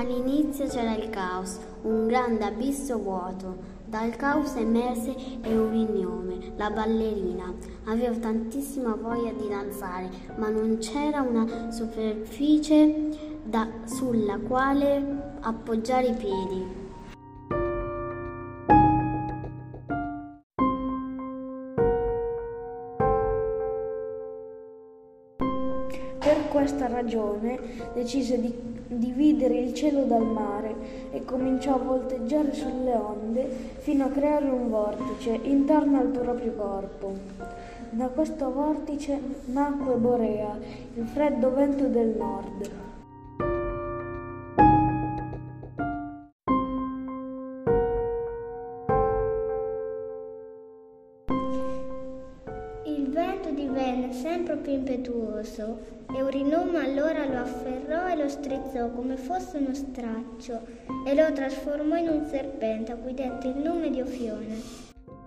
All'inizio c'era il caos, un grande abisso vuoto. Dal caos emerse Eurynome, la ballerina. Aveva tantissima voglia di danzare, ma non c'era una superficie sulla quale appoggiare i piedi. Per questa ragione decise di dividere il cielo dal mare e cominciò a volteggiare sulle onde fino a creare un vortice intorno al proprio corpo. Da questo vortice nacque Borea, il freddo vento del nord. Il vento divenne sempre più impetuoso. Eurynome allora lo afferrò e lo strizzò come fosse uno straccio e lo trasformò in un serpente a cui dette il nome di Ofione.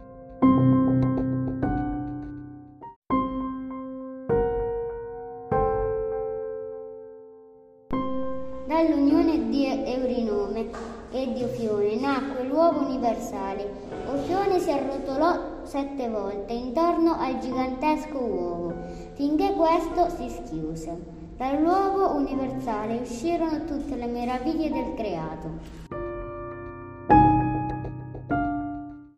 Dall'unione di Eurynome e di Ofione nacque l'uovo universale. Ofione si arrotolò 7 volte intorno al gigantesco uovo, finché questo si schiuse. Dall'uovo universale uscirono tutte le meraviglie del creato.